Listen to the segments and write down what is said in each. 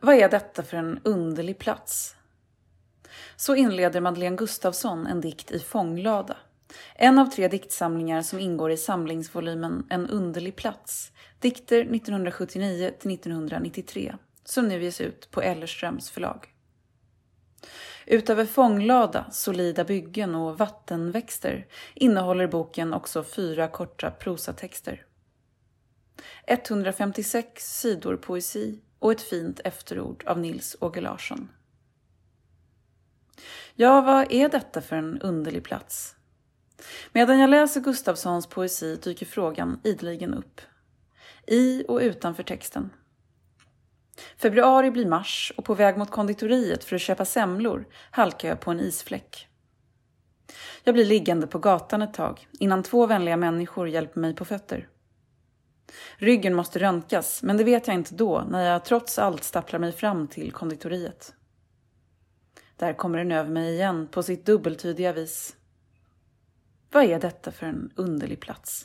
Vad är detta för en underlig plats? Så inleder Madeleine Gustafsson en dikt i Fånglada. En av 3 diktsamlingar som ingår i samlingsvolymen En underlig plats. Dikter 1979-1993 som nu ges ut på Ellerströms förlag. Utöver Fånglada, solida byggen och vattenväxter innehåller boken också 4 korta prosatexter. 156 sidor poesi och ett fint efterord av Nils Åge Larsson. Ja, vad är detta för en underlig plats? Medan jag läser Gustafssons poesi dyker frågan ideligen upp. I och utanför texten. Februari blir mars och på väg mot konditoriet för att köpa semlor halkar jag på en isfläck. Jag blir liggande på gatan ett tag innan 2 vänliga människor hjälper mig på fötter. Ryggen måste röntgas, men det vet jag inte då när jag trots allt stapplar mig fram till konditoriet. Där kommer den över mig igen på sitt dubbeltydiga vis. Vad är detta för en underlig plats?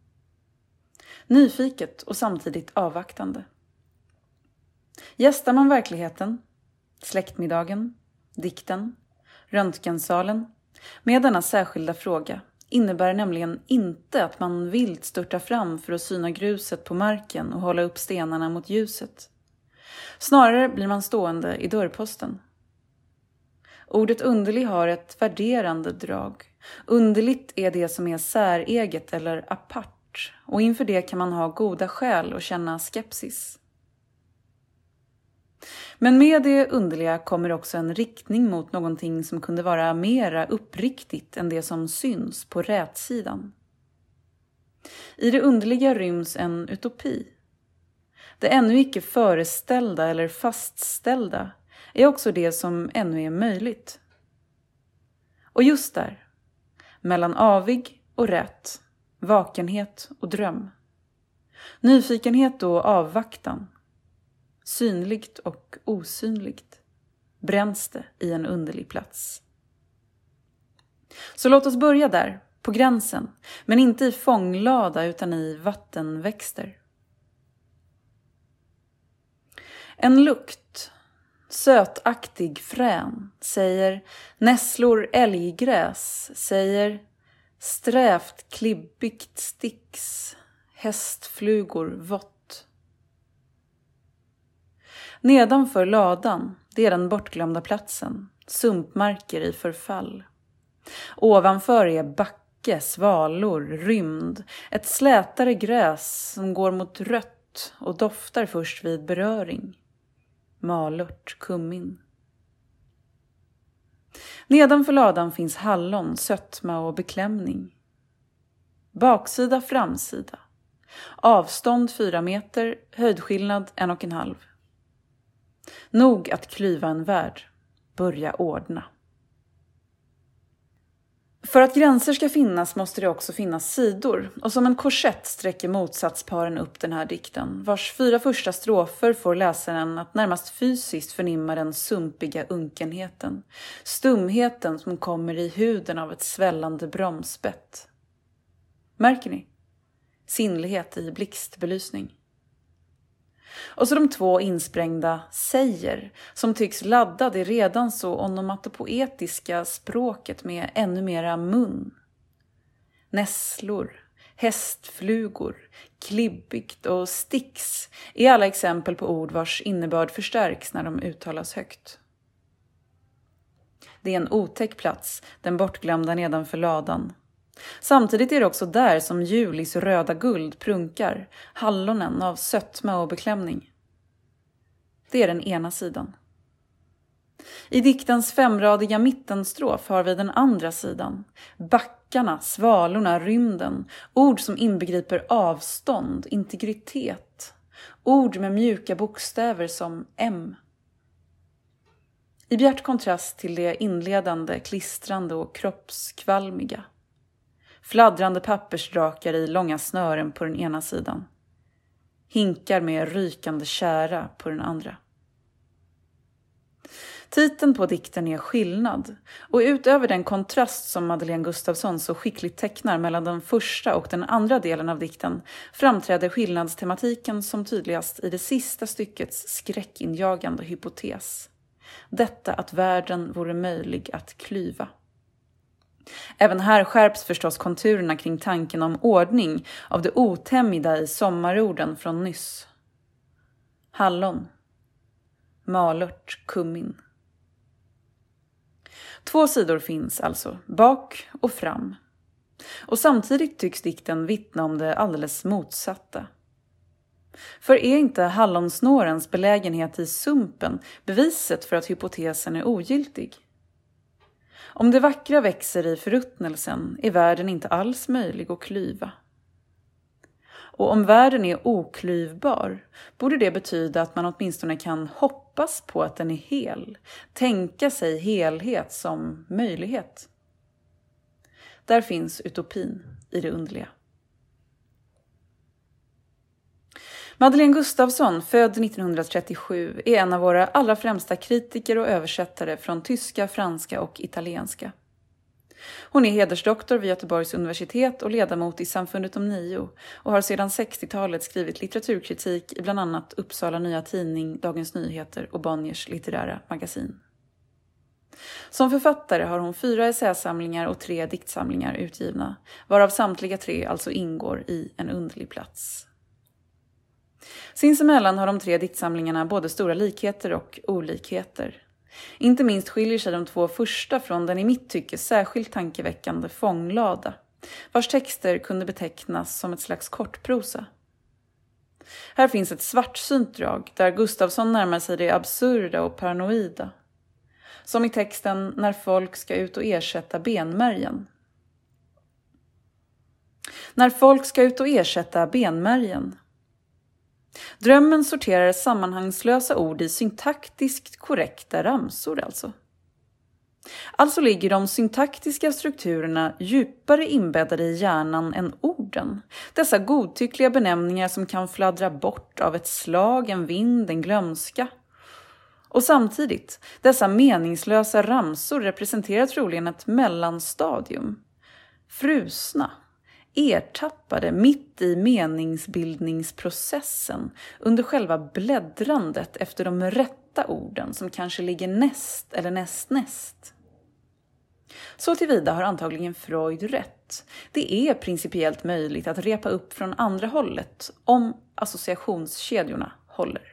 Nyfiket och samtidigt avvaktande. Gästar man verkligheten, släktmiddagen, dikten, röntgensalen med denna särskilda fråga innebär nämligen inte att man vilt störtar fram för att syna gruset på marken och hålla upp stenarna mot ljuset. Snarare blir man stående i dörrposten. Ordet underlig har ett värderande drag. Underligt är det som är säreget eller apart, och inför det kan man ha goda skäl och känna skepsis. Men med det underliga kommer också en riktning mot någonting som kunde vara mera uppriktigt än det som syns på rätsidan. I det underliga ryms en utopi. Det ännu icke föreställda eller fastställda är också det som ännu är möjligt. Och just där, mellan avig och rätt, vakenhet och dröm, nyfikenhet och avvaktan, synligt och osynligt, bränns det i en underlig plats. Så låt oss börja där, på gränsen, men inte i fånglada utan i vattenväxter. En lukt, sötaktig frän, säger nässlor älggräs, säger strävt klibbigt sticks, hästflugor vått. Nedanför ladan, det är den bortglömda platsen, sumpmarker i förfall. Ovanför är backe, svalor, rymd, ett slätare gräs som går mot rött och doftar först vid beröring. Malört, kummin. Nedanför ladan finns hallon, sötma och beklämning. Baksida, framsida. Avstånd 4 meter, höjdskillnad 1,5. Nog att klyva en värld, börja ordna. För att gränser ska finnas måste det också finnas sidor, och som en korsett sträcker motsatsparen upp den här dikten, vars 4 första strofer får läsaren att närmast fysiskt förnimma den sumpiga unkenheten, stumheten som kommer i huden av ett svällande bromsbett. Märker ni? Sinnlighet i blixtbelysning. Och så de 2 insprängda säger som tycks ladda det redan så onomatopoetiska språket med ännu mera mun. Nässlor, hästflugor, klibbigt och sticks är alla exempel på ord vars innebörd förstärks när de uttalas högt. Det är en otäck plats, den bortglömda nedanför ladan. Samtidigt är det också där som Julis röda guld prunkar, hallonen av sötma och beklämning. Det är den ena sidan. I diktens 5-radiga mittenstrof har vi den andra sidan. Backarna, svalorna, rymden. Ord som inbegriper avstånd, integritet. Ord med mjuka bokstäver som M. I bjärt kontrast till det inledande, klistrande och kroppskvalmiga. Fladdrande pappersdrakar i långa snören på den ena sidan. Hinkar med rykande kära på den andra. Titeln på dikten är Skillnad, och utöver den kontrast som Madeleine Gustafsson så skickligt tecknar mellan den första och den andra delen av dikten framträder skillnadstematiken som tydligast i det sista styckets skräckinjagande hypotes. Detta att världen vore möjlig att klyva. Även här skärps förstås konturerna kring tanken om ordning av det otämjda i sommarorden från nyss. Hallon, malört, kummin. 2 sidor finns alltså, bak och fram. Och samtidigt tycks dikten vittna om det alldeles motsatta. För är inte hallonsnårens belägenhet i sumpen beviset för att hypotesen är ogiltig? Om det vackra växer i förruttnelsen är världen inte alls möjlig att klyva. Och om världen är oklyvbar borde det betyda att man åtminstone kan hoppas på att den är hel, tänka sig helhet som möjlighet. Där finns utopin i det underliga. Madeleine Gustafsson, född 1937, är en av våra allra främsta kritiker och översättare från tyska, franska och italienska. Hon är hedersdoktor vid Göteborgs universitet och ledamot i Samfundet om 9 och har sedan 60-talet skrivit litteraturkritik i bland annat Uppsala Nya Tidning, Dagens Nyheter och Bonniers litterära magasin. Som författare har hon 4 essäsamlingar och 3 diktsamlingar utgivna, varav samtliga 3 alltså ingår i En underlig plats. Sinsemellan har de 3 diktsamlingarna både stora likheter och olikheter. Inte minst skiljer sig de 2 första från den i mitt tycke särskilt tankeväckande Fånglada, vars texter kunde betecknas som ett slags kortprosa. Här finns ett svartsynt drag där Gustafsson närmar sig det absurda och paranoida. Som i texten När folk ska ut och ersätta benmärgen. När folk ska ut och ersätta benmärgen. Drömmen sorterar sammanhangslösa ord i syntaktiskt korrekta ramsor alltså. Alltså ligger de syntaktiska strukturerna djupare inbäddade i hjärnan än orden. Dessa godtyckliga benämningar som kan fladdra bort av ett slag, en vind, en glömska. Och samtidigt, dessa meningslösa ramsor representerar troligen ett mellanstadium. Frusna, ertappade mitt i meningsbildningsprocessen under själva bläddrandet efter de rätta orden som kanske ligger näst eller näst. Så tillvida har antagligen Freud rätt. Det är principiellt möjligt att repa upp från andra hållet om associationskedjorna håller.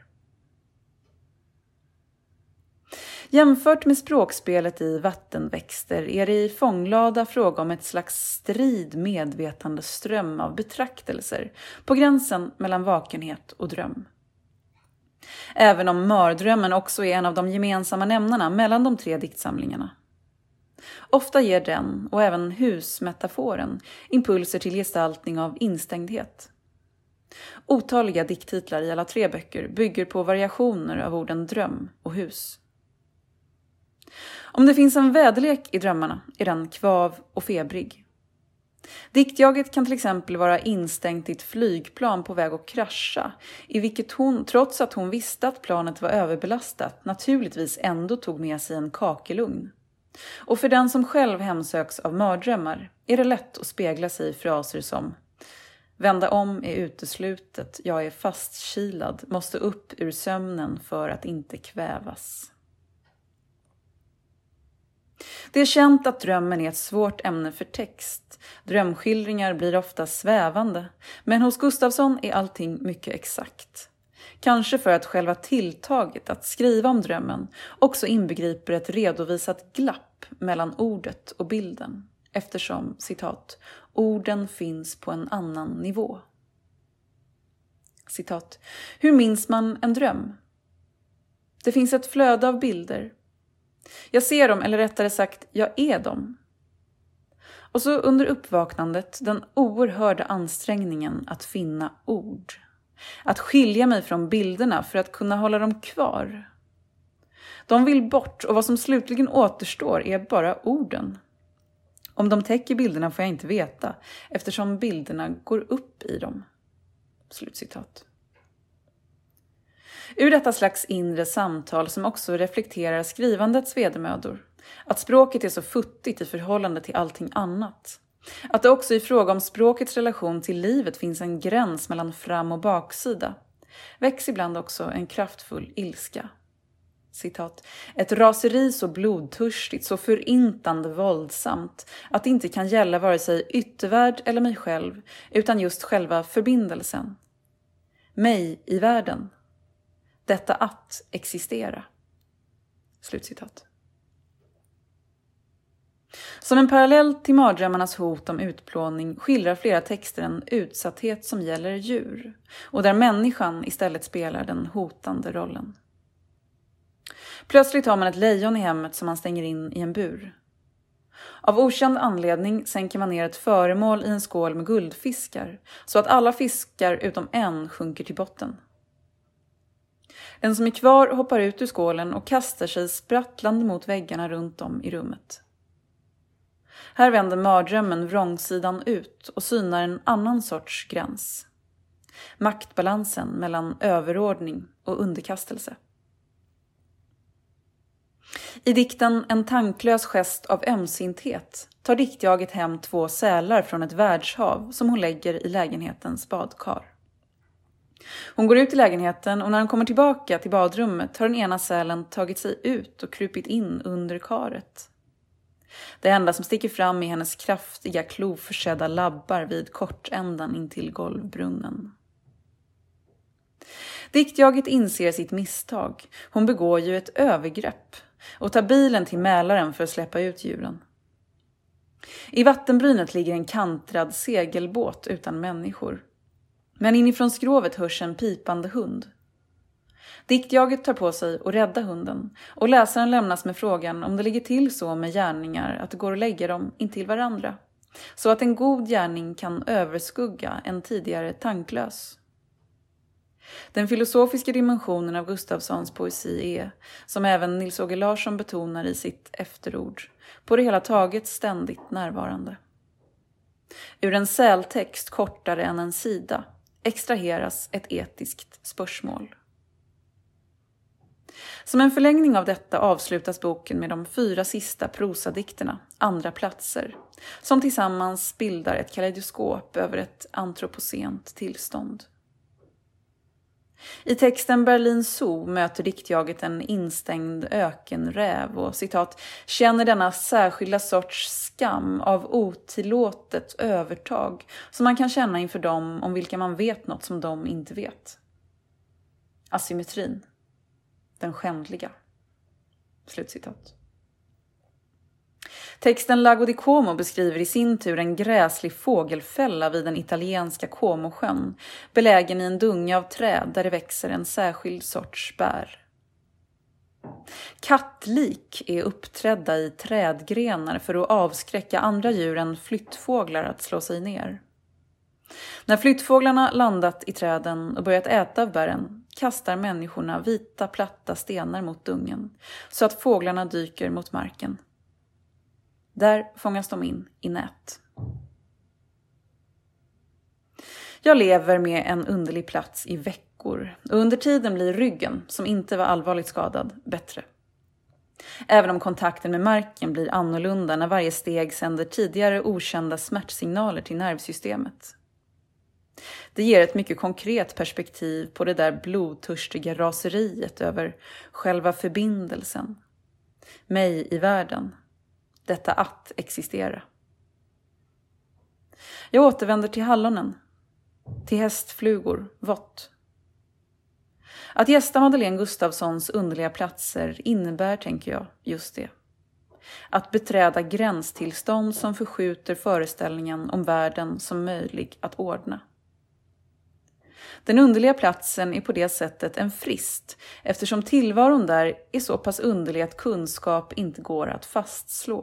Jämfört med språkspelet i Vattenväxter är det i Fånglada fråga om ett slags strid medvetande ström av betraktelser på gränsen mellan vakenhet och dröm. Även om mardrömmen också är en av de gemensamma nämnarna mellan de 3 diktsamlingarna. Ofta ger den, och även husmetaforen, impulser till gestaltning av instängdhet. Otaliga dikttitlar i alla 3 böcker bygger på variationer av orden dröm och hus. Om det finns en väderlek i drömmarna är den kvav och febrig. Diktjaget kan till exempel vara instängt i ett flygplan på väg att krascha, i vilket hon, trots att hon visste att planet var överbelastat, naturligtvis ändå tog med sig en kakelugn. Och för den som själv hemsöks av mardrömmar är det lätt att spegla sig i fraser som vända om är uteslutet, jag är fastkilad, måste upp ur sömnen för att inte kvävas. Det är känt att drömmen är ett svårt ämne för text. Drömskildringar blir ofta svävande, men hos Gustafsson är allting mycket exakt. Kanske för att själva tilltaget att skriva om drömmen också inbegriper ett redovisat glapp mellan ordet och bilden, eftersom, citat, orden finns på en annan nivå. Citat, hur minns man en dröm? Det finns ett flöde av bilder. Jag ser dem, eller rättare sagt, jag är dem. Och så under uppvaknandet den oerhörda ansträngningen att finna ord. Att skilja mig från bilderna för att kunna hålla dem kvar. De vill bort och vad som slutligen återstår är bara orden. Om de täcker bilderna får jag inte veta eftersom bilderna går upp i dem. Slutcitat. Ur detta slags inre samtal som också reflekterar skrivandets vedermödor. Att språket är så futtigt i förhållande till allting annat. Att det också i fråga om språkets relation till livet finns en gräns mellan fram- och baksida. Väcks ibland också en kraftfull ilska. Citat. Ett raseri så blodtörstigt, så förintande våldsamt att det inte kan gälla vare sig yttervärld eller mig själv, utan just själva förbindelsen. Mig i världen. Detta att existera. Slutcitat. Som en parallell till mardrömmarnas hot om utplåning skildrar flera texter en utsatthet som gäller djur och där människan istället spelar den hotande rollen. Plötsligt har man ett lejon i hemmet som man stänger in i en bur. Av okänd anledning sänker man ner ett föremål i en skål med guldfiskar så att alla fiskar utom en sjunker till botten. Den som är kvar hoppar ut ur skålen och kastar sig sprattlande mot väggarna runt om i rummet. Här vänder mardrömmen vrångsidan ut och synar en annan sorts gräns. Maktbalansen mellan överordning och underkastelse. I dikten En tanklös gest av ömsinthet tar diktjaget hem 2 sälar från ett världshav som hon lägger i lägenhetens badkar. Hon går ut i lägenheten och när hon kommer tillbaka till badrummet har den ena sälen tagit sig ut och krupit in under karet. Det enda som sticker fram är hennes kraftiga klovförsedda labbar vid kortändan intill golvbrunnen. Diktjaget inser sitt misstag. Hon begår ju ett övergrepp och tar bilen till Mälaren för att släppa ut djuren. I vattenbrynet ligger en kantrad segelbåt utan människor. Men inifrån skrovet hörs en pipande hund. Diktjaget tar på sig att rädda hunden och läsaren lämnas med frågan om det ligger till så med gärningar att det går att lägga dem intill varandra. Så att en god gärning kan överskugga en tidigare tanklös. Den filosofiska dimensionen av Gustafssons poesi är, som även Nils-Åke Larsson betonar i sitt efterord, på det hela taget ständigt närvarande. Ur en sältext kortare än en sida extraheras ett etiskt spörsmål. Som en förlängning av detta avslutas boken med de 4 sista prosadikterna, andra platser, som tillsammans bildar ett kaleidoskop över ett antropocent tillstånd. I texten Berlin Zoo möter diktjaget en instängd ökenräv och citat känner denna särskilda sorts skam av otillåtet övertag som man kan känna inför dem om vilka man vet något som de inte vet. Asymmetrin. Den skändliga. Slutcitat. Texten Lago di Como beskriver i sin tur en gräslig fågelfälla vid den italienska Comosjön, belägen i en dunge av träd där det växer en särskild sorts bär. Kattlik är uppträdda i trädgrenar för att avskräcka andra djur än flyttfåglar att slå sig ner. När flyttfåglarna landat i träden och börjat äta av bären kastar människorna vita platta stenar mot dungen så att fåglarna dyker mot marken. Där fångas de in i nät. Jag lever med en underlig plats i veckor och under tiden blir ryggen, som inte var allvarligt skadad, bättre. Även om kontakten med marken blir annorlunda när varje steg sänder tidigare okända smärtsignaler till nervsystemet. Det ger ett mycket konkret perspektiv på det där blodtörstiga raseriet över själva förbindelsen. Mig i världen. Detta att existera. Jag återvänder till hallonen. Till hästflugor, vått. Att gästa Madeleine Gustafssons underliga platser innebär, tänker jag, just det. Att beträda gränstillstånd som förskjuter föreställningen om världen som möjlig att ordna. Den underliga platsen är på det sättet en frist eftersom tillvaron där är så pass underlig att kunskap inte går att fastslå.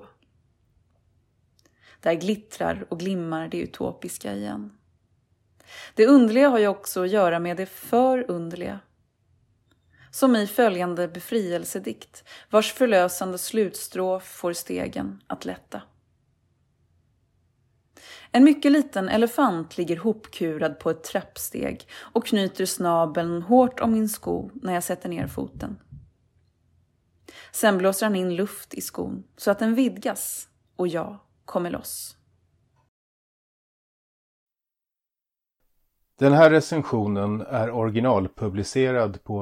Där glittrar och glimmar det utopiska igen. Det underliga har ju också att göra med det för underliga. Som i följande befrielsedikt, vars förlösande slutstrof får stegen att lätta. En mycket liten elefant ligger hopkurad på ett trappsteg och knyter snabeln hårt om min sko när jag sätter ner foten. Sen blåser han in luft i skon så att den vidgas och jag kommer loss. Den här recensionen är originalpublicerad på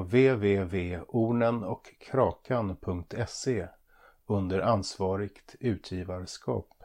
www.ornenochkrakan.se under ansvarigt utgivarskap.